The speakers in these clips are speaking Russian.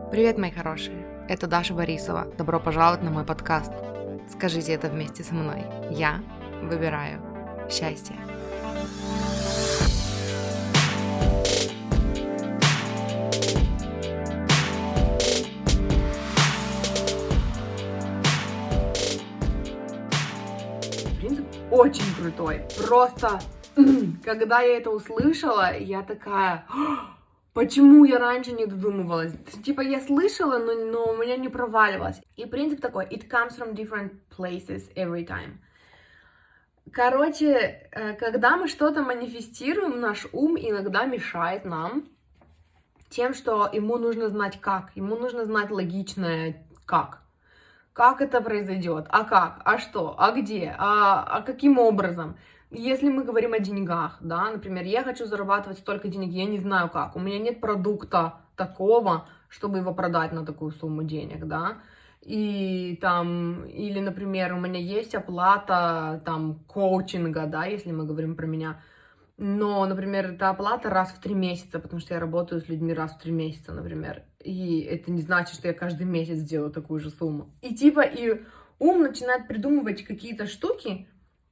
Привет, мои хорошие! Это Даша Борисова. Добро пожаловать на мой подкаст. Скажите это вместе со мной. Я выбираю счастье. Принцип очень крутой. Просто, когда я это услышала, я такая... Почему я раньше не додумывалась? Типа я слышала, но у меня не проваливалось. И принцип такой: it comes from different places every time. Короче, когда мы что-то манифестируем, наш ум иногда мешает нам тем, что ему нужно знать как. Ему нужно знать логичное как. Как это произойдет? А как? А что? А где? А каким образом? Если мы говорим о деньгах, да, например, я хочу зарабатывать столько денег, я не знаю как, у меня нет продукта такого, чтобы его продать на такую сумму денег, да, и там, или, например, у меня есть оплата, там, коучинга, да, если мы говорим про меня, но, например, это оплата раз в 3 месяца, потому что я работаю с людьми раз в 3 месяца, например, и это не значит, что я каждый месяц делаю такую же сумму. И типа, и ум начинает придумывать какие-то штуки,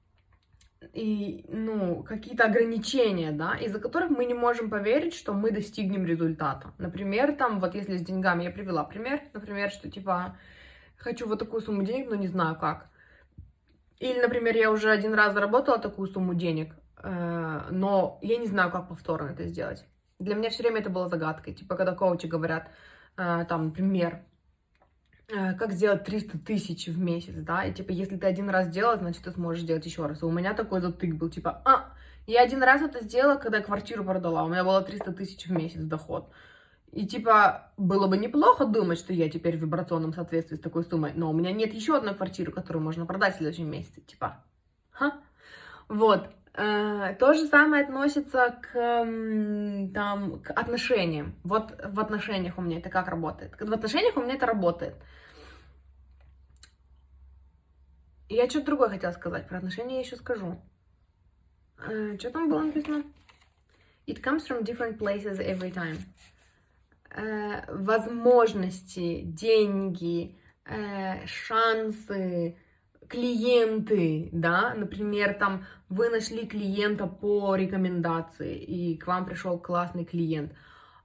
и, какие-то ограничения, да, из-за которых мы не можем поверить, что мы достигнем результата. Например, там, вот если с деньгами, я привела пример, например, что, типа, хочу вот такую сумму денег, но не знаю как. Или, например, я уже один раз заработала такую сумму денег, но я не знаю, как повторно это сделать. Для меня все время это было загадкой. Типа, когда коучи говорят, там, например, как сделать 300 тысяч в месяц, да, и, типа, если ты один раз сделал, значит, ты сможешь сделать еще раз. И у меня такой затык был, типа, я один раз это сделала, когда я квартиру продала, у меня было 300 тысяч в месяц доход. И, типа, было бы неплохо думать, что я теперь в вибрационном соответствии с такой суммой, но у меня нет еще одной квартиры, которую можно продать в следующем месяце, типа, Вот. То же самое относится к отношениям. Вот в отношениях у меня это как работает. В отношениях у меня это работает. Я что-то другое хотела сказать. Про отношения я еще скажу. Что там было написано? It comes from different places every time. Возможности, деньги, шансы, клиенты, да, например, там вы нашли клиента по рекомендации, и к вам пришел классный клиент,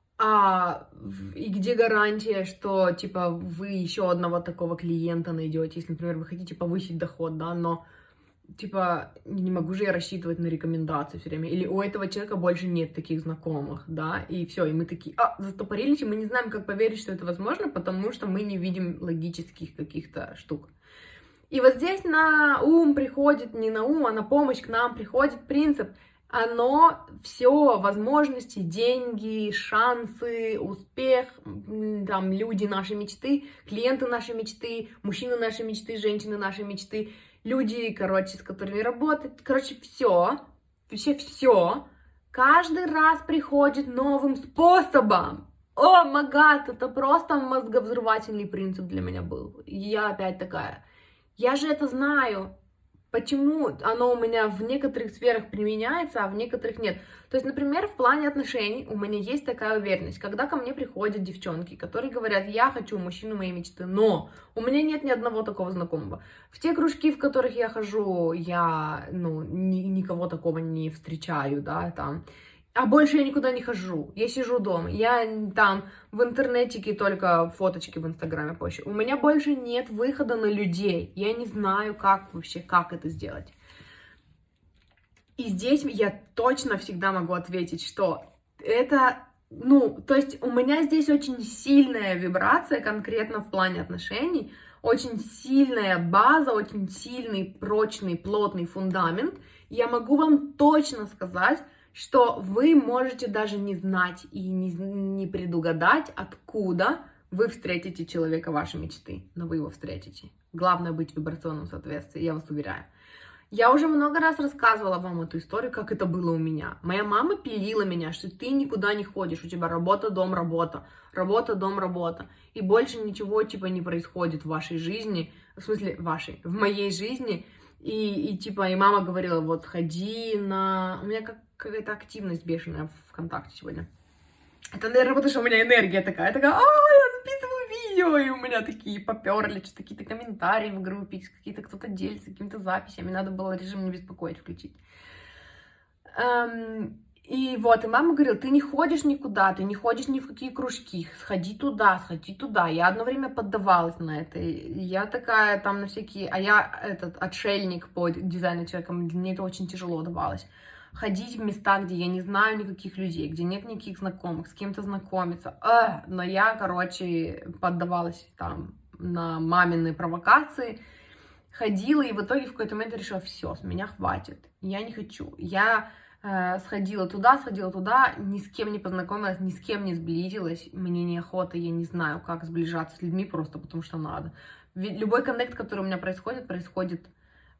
и где гарантия, что, типа, вы еще одного такого клиента найдете, если, например, вы хотите повысить доход, да, но, типа, не могу же я рассчитывать на рекомендации все время, или у этого человека больше нет таких знакомых, да, и все, и мы такие, застопорились, и мы не знаем, как поверить, что это возможно, потому что мы не видим логических каких-то штук. И вот здесь на ум приходит, не на ум, а на помощь к нам приходит принцип. Оно все, возможности, деньги, шансы, успех, там, люди нашей мечты, клиенты нашей мечты, мужчины нашей мечты, женщины нашей мечты, люди, с которыми работать, все, вообще все, каждый раз приходит новым способом. О, магад, это просто мозговзрывательный принцип для меня был. И я опять такая... Я же это знаю, почему оно у меня в некоторых сферах применяется, а в некоторых нет. То есть, например, в плане отношений у меня есть такая уверенность, когда ко мне приходят девчонки, которые говорят, я хочу мужчину моей мечты, но у меня нет ни одного такого знакомого. В те кружки, в которых я хожу, я, никого такого не встречаю, да, там. А больше я никуда не хожу, я сижу дома, я там в интернетике только фоточки в Инстаграме позже. У меня больше нет выхода на людей, я не знаю, как это сделать. И здесь я точно всегда могу ответить, что это, то есть у меня здесь очень сильная вибрация конкретно в плане отношений, очень сильная база, очень сильный, прочный, плотный фундамент. Я могу вам точно сказать, что вы можете даже не знать и не предугадать, откуда вы встретите человека вашей мечты, но вы его встретите. Главное быть в вибрационном соответствии, я вас уверяю. Я уже много раз рассказывала вам эту историю, как это было у меня. Моя мама пилила меня, что ты никуда не ходишь, у тебя работа, дом, работа, работа, дом, работа. И больше ничего не происходит в вашей жизни, в смысле в моей жизни. И мама говорила, вот сходи на... У меня какая-то активность бешеная в ВКонтакте сегодня. Это, наверное, потому что у меня энергия такая, я ее, и у меня такие поперли, что-то какие-то комментарии в группе, какие-то кто-то делится какими-то записями, надо было режим не беспокоить включить. И вот, и мама говорила, ты не ходишь никуда, ты не ходишь ни в какие кружки, сходи туда, сходи туда. Я одно время поддавалась на это, и я такая там на всякие, а я отшельник по дизайну человека, мне это очень тяжело давалось. Ходить в места, где я не знаю никаких людей, где нет никаких знакомых, с кем-то знакомиться. Но я, короче, поддавалась там на мамины провокации, ходила, и в итоге в какой-то момент решила, все, с меня хватит, я не хочу. Я сходила туда, ни с кем не познакомилась, ни с кем не сблизилась, мне неохота, я не знаю, как сближаться с людьми, просто потому что надо. Ведь любой коннект, который у меня происходит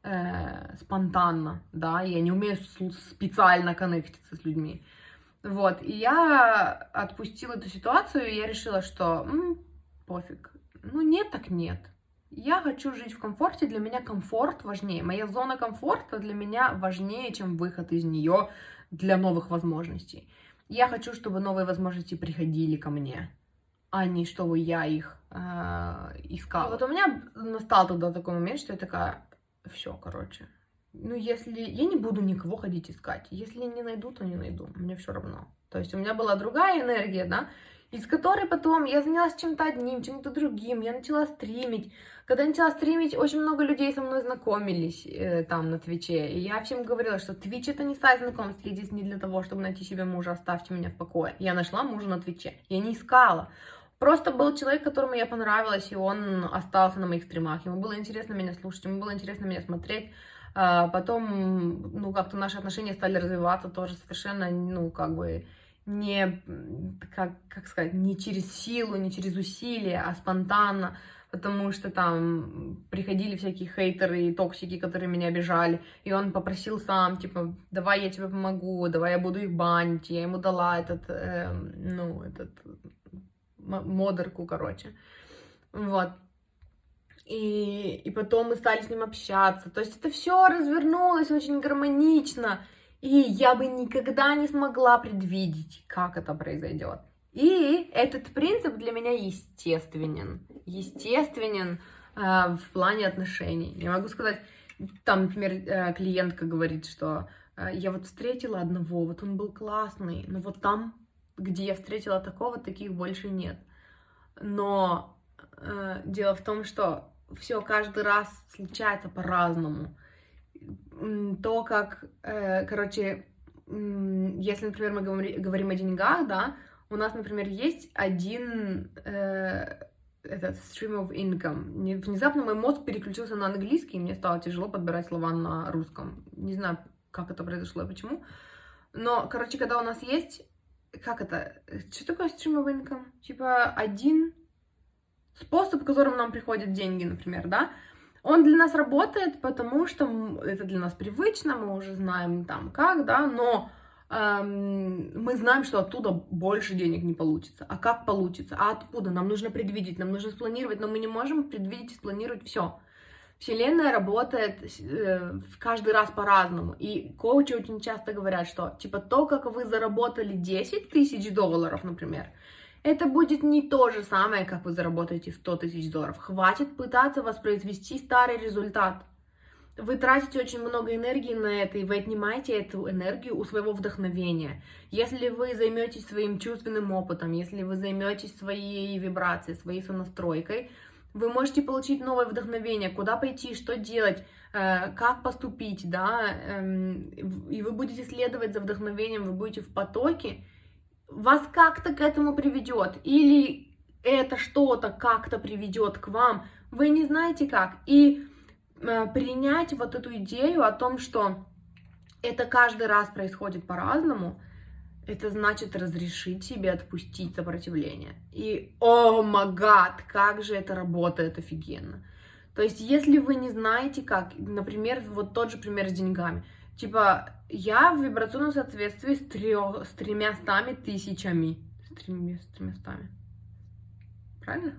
спонтанно, да, я не умею специально коннектиться с людьми. Вот, и я отпустила эту ситуацию, и я решила, что пофиг, ну нет так нет. Я хочу жить в комфорте, для меня комфорт важнее. Моя зона комфорта для меня важнее, чем выход из нее для новых возможностей. Я хочу, чтобы новые возможности приходили ко мне, а не чтобы я их искала. И вот у меня настал тогда такой момент, что я такая, все, короче, ну если я не буду никого ходить искать, если не найду, то не найду, мне все равно. То есть у меня была другая энергия, да, из которой потом я занялась чем-то одним, чем-то другим, я начала стримить. Когда я начала стримить, очень много людей со мной знакомились там на Твиче, и я всем говорила, что Твич это не сайт знакомств, я здесь не для того, чтобы найти себе мужа, оставьте меня в покое. Я нашла мужа на Твиче, я не искала. Просто был человек, которому я понравилась, и он остался на моих стримах, ему было интересно меня слушать, ему было интересно меня смотреть. Потом, ну, как-то наши отношения стали развиваться тоже совершенно, ну, как бы, не, как сказать, не через силу, не через усилия, а спонтанно, потому что там приходили всякие хейтеры и токсики, которые меня обижали, и он попросил сам, типа, давай я тебе помогу, давай я буду их банить, я ему дала модерку, короче, вот. И потом мы стали с ним общаться. То есть это все развернулось очень гармонично. И я бы никогда не смогла предвидеть, как это произойдет. И этот принцип для меня естественен. Естественен в плане отношений. Я могу сказать, там, например, клиентка говорит, что я вот встретила одного, вот он был классный, но вот там, где я встретила такого, таких больше нет. Но дело в том, что все каждый раз случается по-разному. То, как, короче, если, например, мы говорим о деньгах, да, у нас, например, есть один этот stream of income. Внезапно мой мозг переключился на английский, и мне стало тяжело подбирать слова на русском. Не знаю, как это произошло и почему. Но, короче, когда у нас есть, как это, что такое stream of income? Типа один способ, которым нам приходят деньги, например, да, он для нас работает, потому что это для нас привычно, мы уже знаем там как, да, но мы знаем, что оттуда больше денег не получится. А как получится? А откуда? Нам нужно предвидеть, нам нужно спланировать, но мы не можем предвидеть и спланировать все. Вселенная работает каждый раз по-разному. И коучи очень часто говорят, что типа то, как вы заработали 10 тысяч долларов, например, это будет не то же самое, как вы заработаете 100 тысяч долларов. Хватит пытаться воспроизвести старый результат. Вы тратите очень много энергии на это, и вы отнимаете эту энергию у своего вдохновения. Если вы займетесь своим чувственным опытом, если вы займетесь своей вибрацией, своей сонастройкой, вы можете получить новое вдохновение, куда пойти, что делать, как поступить, да, и вы будете следовать за вдохновением, вы будете в потоке, вас как-то к этому приведет, или это что-то как-то приведет к вам, вы не знаете как, и принять вот эту идею о том, что это каждый раз происходит по-разному, это значит разрешить себе отпустить сопротивление. И, о май гад, как же это работает офигенно. То есть, если вы не знаете как, например, вот тот же пример с деньгами. Типа, я в вибрационном соответствии с 300 тысячами. С 300. Правильно?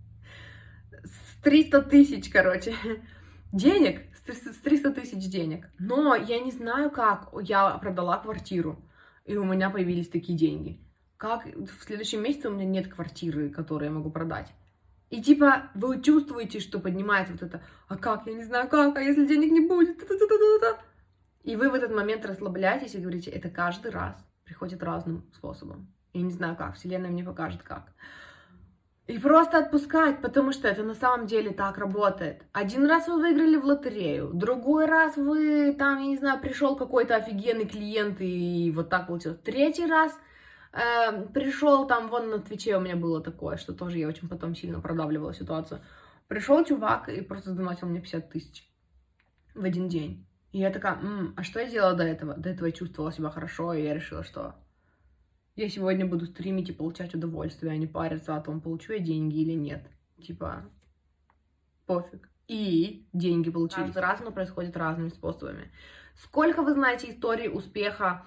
С 300 тысяч, короче, денег. С 300 тысяч денег. Но я не знаю как. Я продала квартиру. И у меня появились такие деньги. Как в следующем месяце у меня нет квартиры, которую я могу продать. И типа вы чувствуете, что поднимается вот это, а как, я не знаю как, а если денег не будет, та-та-та-та-та. И вы в этот момент расслабляетесь и говорите, это каждый раз приходит разным способом. Я не знаю как, Вселенная мне покажет как. И просто отпускать, потому что это на самом деле так работает. Один раз вы выиграли в лотерею, другой раз вы там, я не знаю, пришел какой-то офигенный клиент и вот так получилось. Третий раз пришел там, вон на Твиче у меня было такое, что тоже я очень потом сильно продавливала ситуацию. Пришел чувак и просто задонатил мне 50 тысяч в один день. И я такая, а что я делала до этого? До этого я чувствовала себя хорошо, и я решила, что я сегодня буду стримить и получать удовольствие, а не париться о том, получу я деньги или нет. Типа, пофиг. И деньги получились. Каждый раз оно происходит разными способами. Сколько вы знаете историй успеха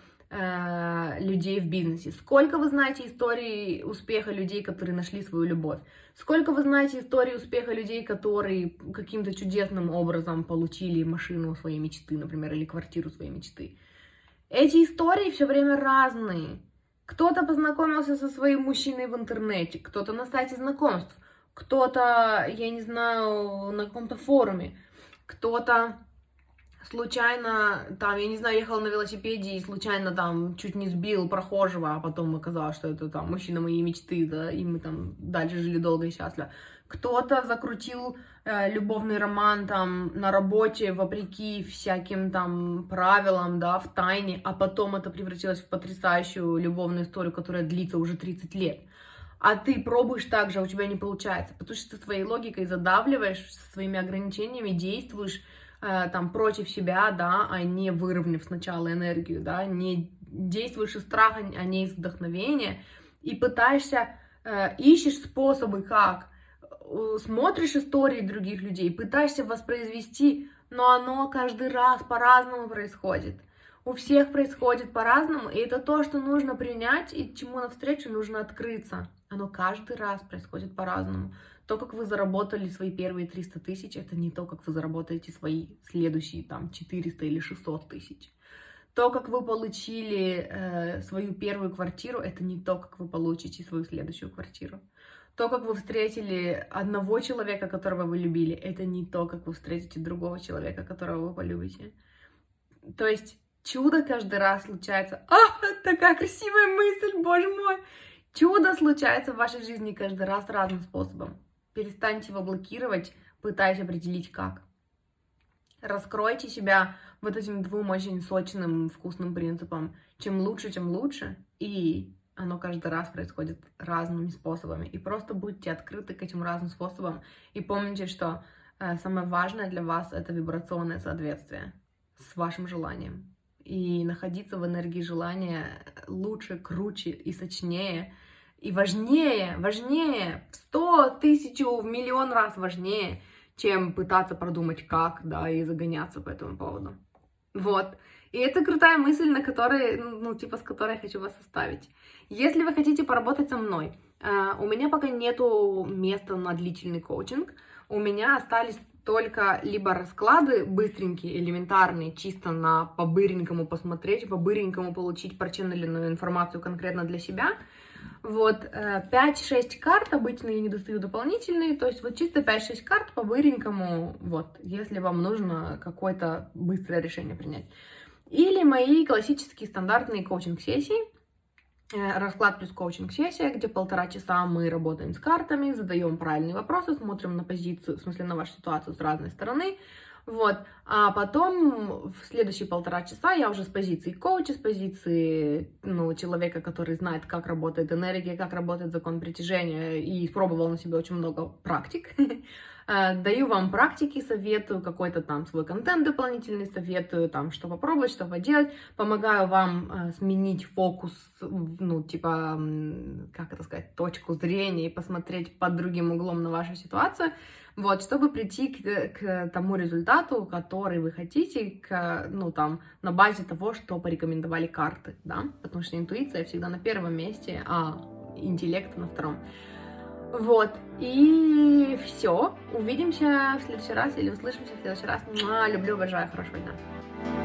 людей в бизнесе? Сколько вы знаете историй успеха людей, которые нашли свою любовь? Сколько вы знаете историй успеха людей, которые каким-то чудесным образом получили машину своей мечты, например, или квартиру своей мечты? Эти истории все время разные. Кто-то познакомился со своим мужчиной в интернете, кто-то на сайте знакомств, кто-то, я не знаю, на каком-то форуме, кто-то случайно, там, я не знаю, ехал на велосипеде и случайно там чуть не сбил прохожего, а потом оказалось, что это там мужчина моей мечты, да, и мы там дальше жили долго и счастливо. Кто-то закрутил любовный роман там на работе вопреки всяким там правилам, да, в тайне, а потом это превратилось в потрясающую любовную историю, которая длится уже 30 лет. А ты пробуешь так же, а у тебя не получается, потому что ты своей логикой задавливаешь, со своими ограничениями действуешь там против себя, да, а не выровняв сначала энергию, да, не действуешь из страха, а не из вдохновения, и пытаешься, ищешь способы, как, смотришь истории других людей, пытаешься воспроизвести, но оно каждый раз по-разному происходит. У всех происходит по-разному, и это то, что нужно принять, и чему навстречу нужно открыться. Оно каждый раз происходит по-разному. То, как вы заработали свои первые 300 тысяч, это не то, как вы заработаете свои следующие там 400 или 600 тысяч. То, как вы получили свою первую квартиру, это не то, как вы получите свою следующую квартиру. То, как вы встретили одного человека, которого вы любили, это не то, как вы встретите другого человека, которого вы полюбите. То есть чудо каждый раз случается. Такая красивая мысль, боже мой! Чудо случается в вашей жизни каждый раз разным способом. Перестаньте его блокировать, пытаясь определить как. Раскройте себя вот этим двум очень сочным, вкусным принципам. Чем лучше, и оно каждый раз происходит разными способами. И просто будьте открыты к этим разным способам. И помните, что самое важное для вас — это вибрационное соответствие с вашим желанием. И находиться в энергии желания лучше, круче и сочнее. И важнее, в 100, 1000, в миллион раз важнее, чем пытаться продумать как, да, и загоняться по этому поводу. Вот. И это крутая мысль, на которой, с которой я хочу вас оставить. Если вы хотите поработать со мной, у меня пока нету места на длительный коучинг. У меня остались только либо расклады быстренькие, элементарные, чисто по-быренькому посмотреть, по-быренькому получить проченнеленную информацию конкретно для себя. Вот, 5-6 карт, обычно я не достаю дополнительные, то есть вот чисто 5-6 карт по-быренькому, вот, если вам нужно какое-то быстрое решение принять. Или мои классические стандартные коучинг-сессии, расклад плюс коучинг-сессия, где 1,5 часа мы работаем с картами, задаем правильные вопросы, смотрим на позицию, в смысле на вашу ситуацию с разной стороны. Вот, а потом в следующие 1,5 часа я уже с позиции коуча, с позиции, человека, который знает, как работает энергия, как работает закон притяжения, и испробовал на себе очень много практик. Даю вам практики, советую какой-то там свой контент дополнительный, советую там, что попробовать, что поделать, помогаю вам сменить фокус, точку зрения и посмотреть под другим углом на вашу ситуацию, вот, чтобы прийти к тому результату, который вы хотите, на базе того, что порекомендовали карты, да, потому что интуиция всегда на первом месте, а интеллект на втором. Вот, и все. Увидимся в следующий раз или услышимся в следующий раз. Люблю, обожаю, хорошего дня.